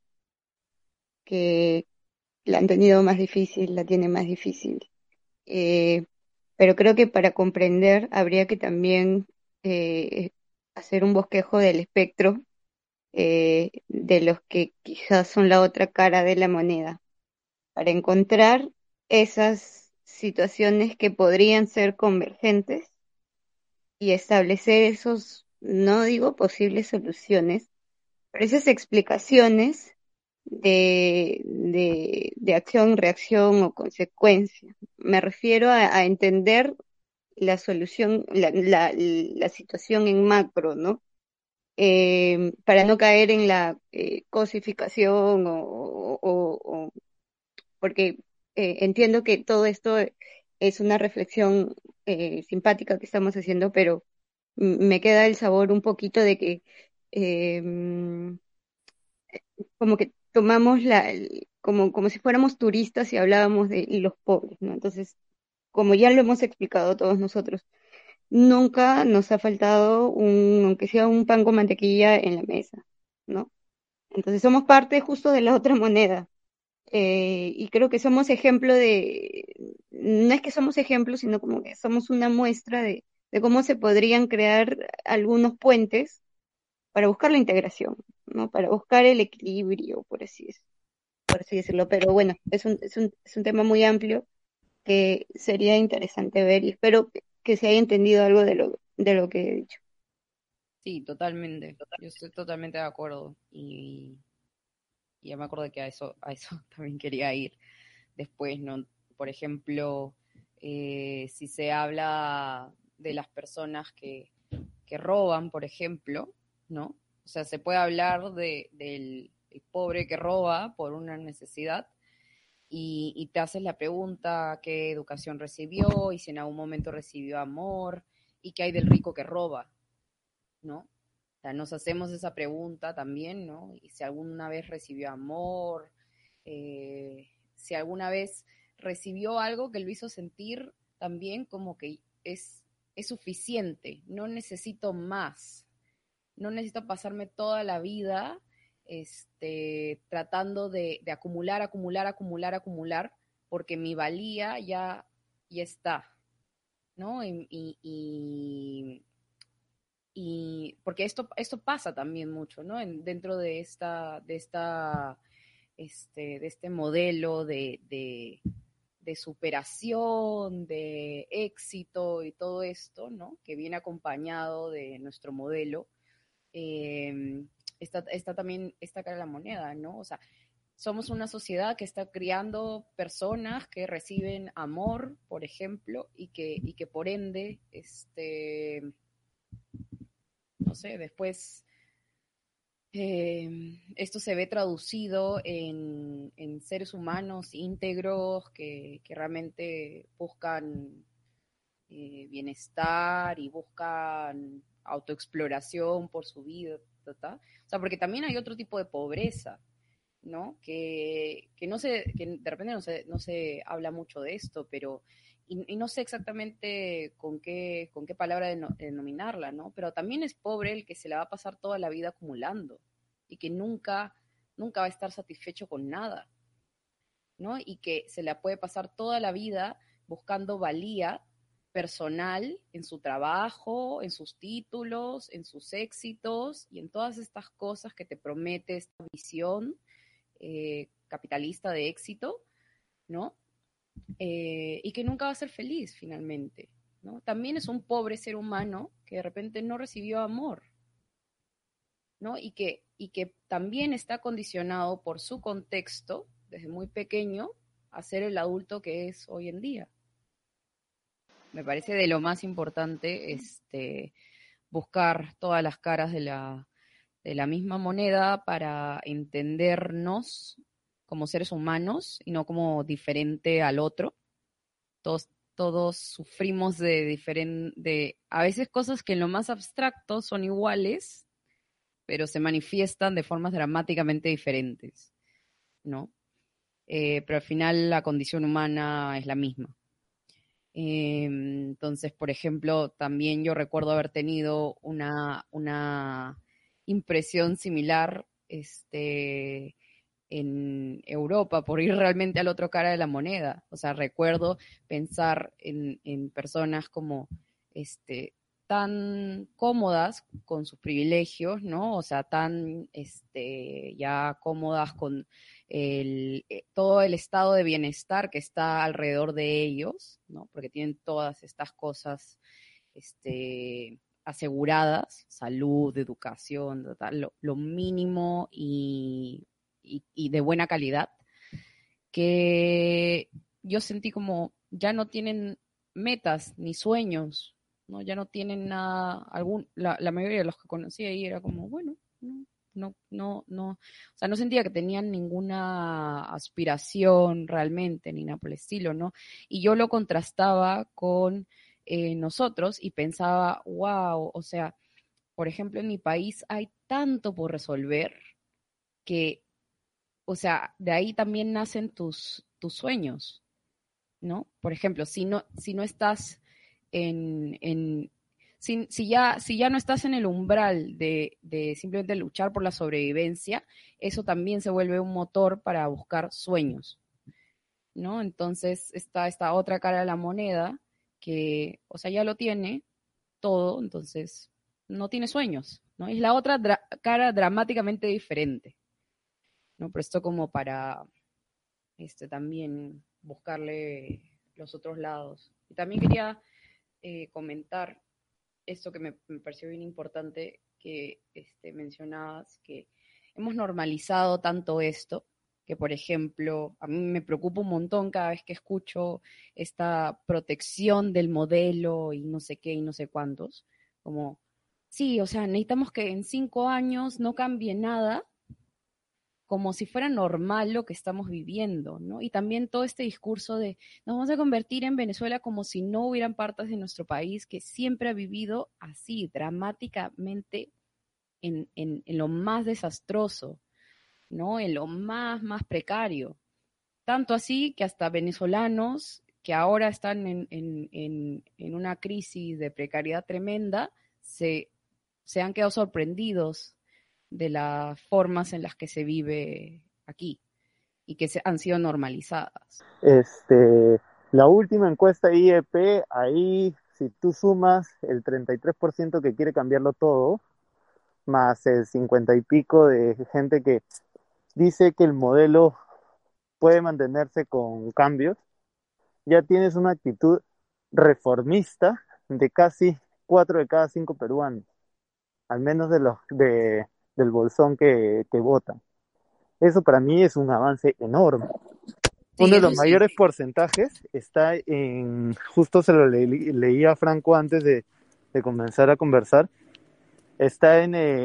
que la han tenido más difícil, la tienen más difícil. Eh, pero creo que para comprender habría que también hacer un bosquejo del espectro de los que quizás son la otra cara de la moneda, para encontrar esas situaciones que podrían ser convergentes y establecer esos, no digo posibles soluciones, pero esas explicaciones de acción, reacción o consecuencia. Me refiero a entender la solución, la situación en macro, ¿no? Para no caer en la cosificación porque entiendo que todo esto es una reflexión simpática que estamos haciendo, pero me queda el sabor un poquito de que em, como que tomamos como si fuéramos turistas y hablábamos de los pobres, ¿no? Entonces, como ya lo hemos explicado todos nosotros, nunca nos ha faltado aunque sea un pan con mantequilla en la mesa, ¿no? Entonces somos parte justo de la otra moneda. Y creo que somos ejemplo no es que somos ejemplo, sino como que somos una muestra de cómo se podrían crear algunos puentes para buscar la integración, ¿no? Para buscar el equilibrio, por así decirlo. Pero bueno, es un tema muy amplio que sería interesante ver y espero que se haya entendido algo de lo que he dicho. Sí, totalmente. Yo estoy totalmente de acuerdo. Y ya me acuerdo que a eso también quería ir después, ¿no? Por ejemplo, si se habla de las personas que roban, por ejemplo, ¿no? O sea, se puede hablar del el pobre que roba por una necesidad y te haces la pregunta qué educación recibió y si en algún momento recibió amor y qué hay del rico que roba, ¿no? O sea, nos hacemos esa pregunta también, ¿no? Y si alguna vez recibió amor, si alguna vez recibió algo que lo hizo sentir también como que es suficiente, no necesito más, no necesito pasarme toda la vida tratando de acumular, acumular, acumular, acumular, porque mi valía ya está, ¿no? Y porque esto pasa también mucho, ¿no? Dentro de este modelo de superación, de éxito y todo esto, ¿no? Que viene acompañado de nuestro modelo, está también esta cara de la moneda, ¿no? O sea, somos una sociedad que está criando personas que reciben amor, por ejemplo, y que por ende, no sé, después esto se ve traducido en seres humanos íntegros que realmente buscan bienestar y buscan autoexploración por su vida, ¿tá? O sea, porque también hay otro tipo de pobreza, ¿no? Que no se, que de repente no se habla mucho de esto, pero y no sé exactamente con qué palabra denominarla, ¿no? Pero también es pobre el que se la va a pasar toda la vida acumulando y que nunca va a estar satisfecho con nada, ¿no? Y que se la puede pasar toda la vida buscando valía personal en su trabajo, en sus títulos, en sus éxitos y en todas estas cosas que te promete esta visión capitalista de éxito, ¿no? Y que nunca va a ser feliz finalmente, ¿no? También es un pobre ser humano que de repente no recibió amor, ¿no? Y que también está condicionado por su contexto desde muy pequeño a ser el adulto que es hoy en día. Me parece de lo más importante buscar todas las caras de la misma moneda para entendernos como seres humanos y no como diferente al otro. Todos sufrimos a veces cosas que en lo más abstracto son iguales, pero se manifiestan de formas dramáticamente diferentes, ¿no? Pero al final la condición humana es la misma. Entonces, por ejemplo, también yo recuerdo haber tenido una impresión similar en Europa, por ir realmente al otro cara de la moneda. O sea, recuerdo pensar en personas como tan cómodas con sus privilegios, ¿no? O sea, tan ya cómodas con todo el estado de bienestar que está alrededor de ellos, ¿no? Porque tienen todas estas cosas aseguradas, salud, educación, lo mínimo y de buena calidad, que yo sentí como ya no tienen metas ni sueños, ¿no? Ya no tienen nada, la mayoría de los que conocí ahí era como, bueno, no, o sea, no sentía que tenían ninguna aspiración realmente, ni nada por el estilo, ¿no? Y yo lo contrastaba con nosotros y pensaba, wow, o sea, por ejemplo, en mi país hay tanto por resolver que, o sea, de ahí también nacen tus sueños, ¿no? Por ejemplo, si no estás en si ya no estás en el umbral de simplemente luchar por la sobrevivencia, eso también se vuelve un motor para buscar sueños, ¿no? Entonces está esta otra cara de la moneda que, o sea, ya lo tiene todo, entonces no tiene sueños, ¿no? Es la otra cara dramáticamente diferente, ¿no? Pero esto como para también buscarle los otros lados. Y también quería comentar esto que me pareció bien importante que mencionabas, que hemos normalizado tanto esto, que por ejemplo, a mí me preocupa un montón cada vez que escucho esta protección del modelo y no sé qué y no sé cuántos, como, sí, o sea, necesitamos que en 5 años no cambie nada, como si fuera normal lo que estamos viviendo, ¿no? Y también todo este discurso de nos vamos a convertir en Venezuela como si no hubieran partes de nuestro país que siempre ha vivido así, dramáticamente, en lo más desastroso, ¿no? En lo más precario. Tanto así que hasta venezolanos que ahora están en una crisis de precariedad tremenda, se han quedado sorprendidos de las formas en las que se vive aquí y que han sido normalizadas. La última encuesta IEP, ahí si tú sumas el 33% que quiere cambiarlo todo, más el 50 y pico de gente que dice que el modelo puede mantenerse con cambios, ya tienes una actitud reformista de casi 4 de cada 5 peruanos, al menos del bolsón que votan. Eso para mí es un avance enorme. Sí, Uno de eso los sí. mayores porcentajes está justo se lo leí a Franco antes de comenzar a conversar, está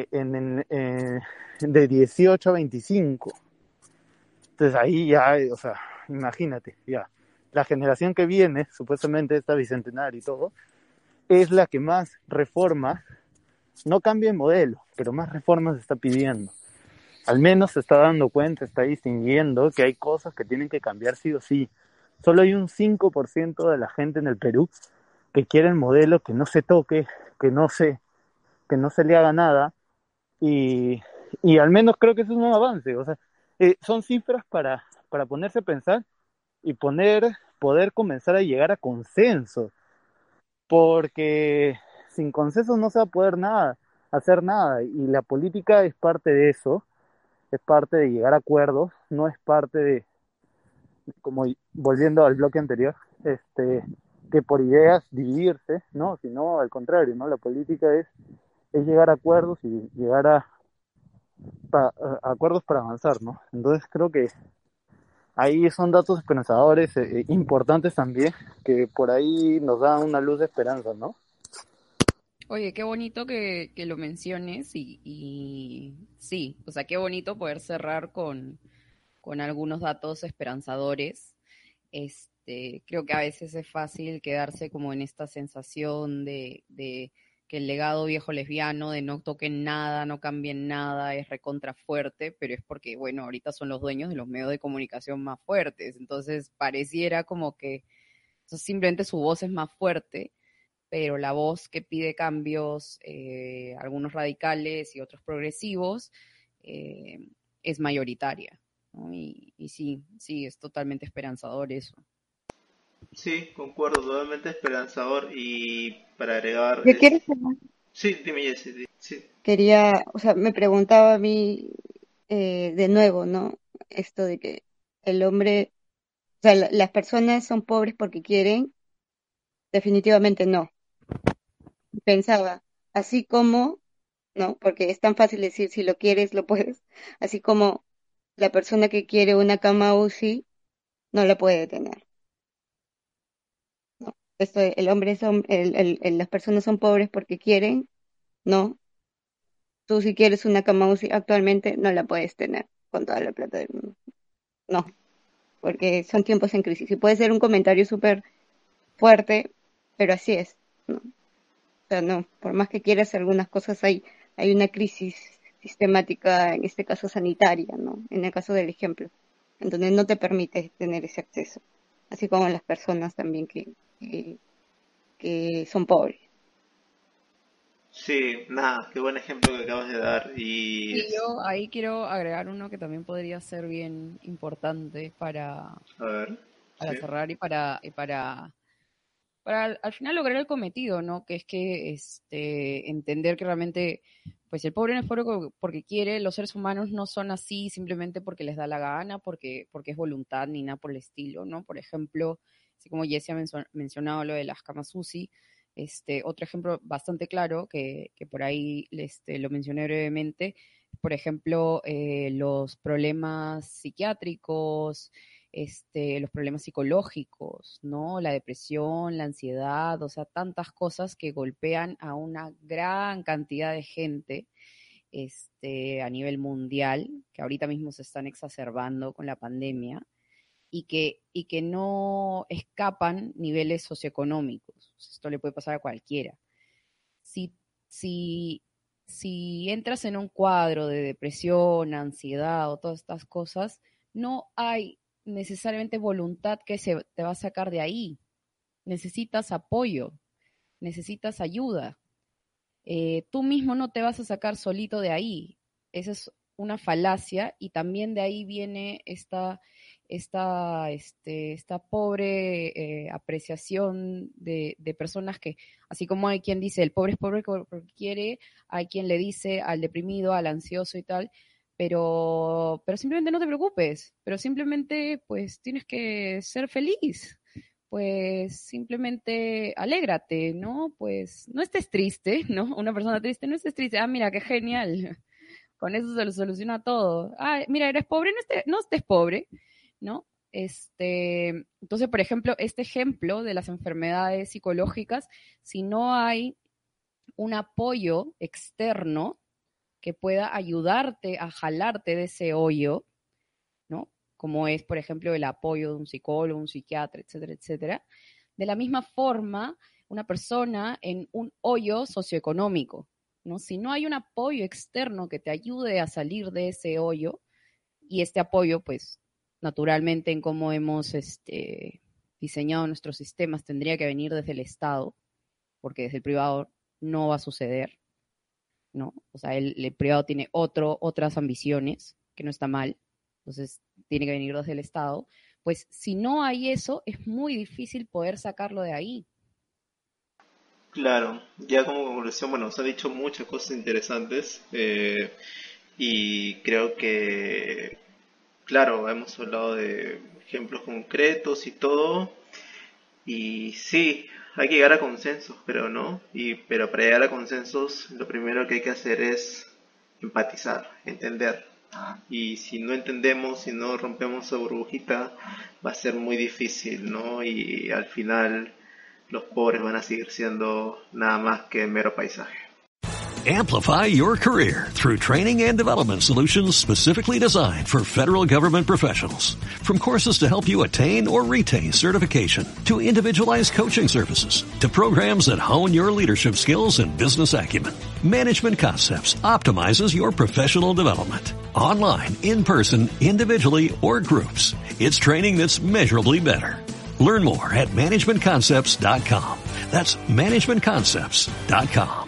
de 18 a 25. Entonces ahí ya, o sea, imagínate, ya. La generación que viene, supuestamente esta bicentenaria y todo, es la que más reformas, no cambia el modelo, pero más reformas está pidiendo. Al menos se está dando cuenta, está distinguiendo que hay cosas que tienen que cambiar sí o sí. Solo hay un 5% de la gente en el Perú que quiere el modelo que no se toque, que no se le haga nada, y al menos creo que eso es un avance. O sea, son cifras para ponerse a pensar y poder comenzar a llegar a consenso, porque sin consenso no se va a poder hacer nada, y la política es parte de eso, es parte de llegar a acuerdos, no es parte de, como volviendo al bloque anterior, que por ideas dividirse, ¿no? Sino al contrario, ¿no? La política es llegar a acuerdos y llegar a acuerdos para avanzar, ¿no? Entonces creo que ahí son datos esperanzadores, importantes también, que por ahí nos dan una luz de esperanza, ¿no? Oye, qué bonito que lo menciones y sí, o sea, qué bonito poder cerrar con algunos datos esperanzadores. Creo que a veces es fácil quedarse como en esta sensación de que el legado viejo lesbiano de no toquen nada, no cambien nada, es recontra fuerte, pero es porque, bueno, ahorita son los dueños de los medios de comunicación más fuertes, entonces pareciera como que simplemente su voz es más fuerte, pero la voz que pide cambios, algunos radicales y otros progresivos, es mayoritaria, ¿no? Y sí, sí, es totalmente esperanzador eso. Sí, concuerdo, totalmente esperanzador. Y para agregar, Yo quiero saber, sí, dime, Jessy, sí. quería, o sea, me preguntaba a mí de nuevo, ¿no? Esto de que el hombre, o sea, las personas son pobres porque quieren, definitivamente no. Pensaba, así como, ¿no? Porque es tan fácil decir, si lo quieres, lo puedes. Así como la persona que quiere una cama UCI no la puede tener, ¿no? Esto, el hombre son, las personas son pobres porque quieren, no. Tú si quieres una cama UCI actualmente no la puedes tener con toda la plata del mundo. No, porque son tiempos en crisis. Y puede ser un comentario súper fuerte, pero así es, ¿no? sea, no, por más que quieras algunas cosas, hay una crisis sistemática, en este caso sanitaria, ¿no? En el caso del ejemplo, en donde no te permite tener ese acceso, así como las personas también que son pobres. Sí, nada, qué buen ejemplo que acabas de dar. Y yo ahí quiero agregar uno que también podría ser bien importante para cerrar y para al final lograr el cometido, ¿no? Que es que entender que realmente pues el pobre no es pobre porque quiere, los seres humanos no son así simplemente porque les da la gana, porque es voluntad ni nada por el estilo, ¿no? Por ejemplo, así como Jessie ha mencionado lo de las camas UCI, otro ejemplo bastante claro que por ahí lo mencioné brevemente, por ejemplo, los problemas psiquiátricos, los problemas psicológicos, ¿no? La depresión, la ansiedad, o sea, tantas cosas que golpean a una gran cantidad de gente a nivel mundial, que ahorita mismo se están exacerbando con la pandemia, y que no escapan niveles socioeconómicos. Esto le puede pasar a cualquiera. Si entras en un cuadro de depresión, ansiedad o todas estas cosas, no hay necesariamente voluntad que te va a sacar de ahí. Necesitas apoyo, necesitas ayuda. Tú mismo no te vas a sacar solito de ahí. Esa es una falacia y también de ahí viene esta pobre apreciación de personas que, así como hay quien dice el pobre es pobre porque quiere, hay quien le dice al deprimido, al ansioso y tal, pero simplemente no te preocupes, pero simplemente pues tienes que ser feliz, pues simplemente alégrate, ¿no? Pues no estés triste, ¿no? Una persona triste, no estés triste, mira, qué genial, con eso se lo soluciona todo. Mira, eres pobre, no estés pobre, ¿no? Entonces, por ejemplo, este ejemplo de las enfermedades psicológicas, si no hay un apoyo externo que pueda ayudarte a jalarte de ese hoyo, ¿no? Como es, por ejemplo, el apoyo de un psicólogo, un psiquiatra, etcétera, etcétera. De la misma forma, una persona en un hoyo socioeconómico, ¿no? Si no hay un apoyo externo que te ayude a salir de ese hoyo, y este apoyo, pues, naturalmente en cómo hemos diseñado nuestros sistemas, tendría que venir desde el Estado, porque desde el privado no va a suceder, ¿no? O sea, el privado tiene otras ambiciones, que no está mal, entonces tiene que venir desde el Estado. Pues si no hay eso, es muy difícil poder sacarlo de ahí. Claro, ya como conclusión, bueno, se han dicho muchas cosas interesantes y creo que, claro, hemos hablado de ejemplos concretos y todo, y sí, hay que llegar a consensos, pero no, pero para llegar a consensos lo primero que hay que hacer es empatizar, entender. Y si no entendemos, si no rompemos esa burbujita, va a ser muy difícil, ¿no? Y al final los pobres van a seguir siendo nada más que mero paisaje. Amplify your career through training and development solutions specifically designed for federal government professionals. From courses to help you attain or retain certification, to individualized coaching services, to programs that hone your leadership skills and business acumen, Management Concepts optimizes your professional development. Online, in person, individually, or groups, it's training that's measurably better. Learn more at managementconcepts.com. That's managementconcepts.com.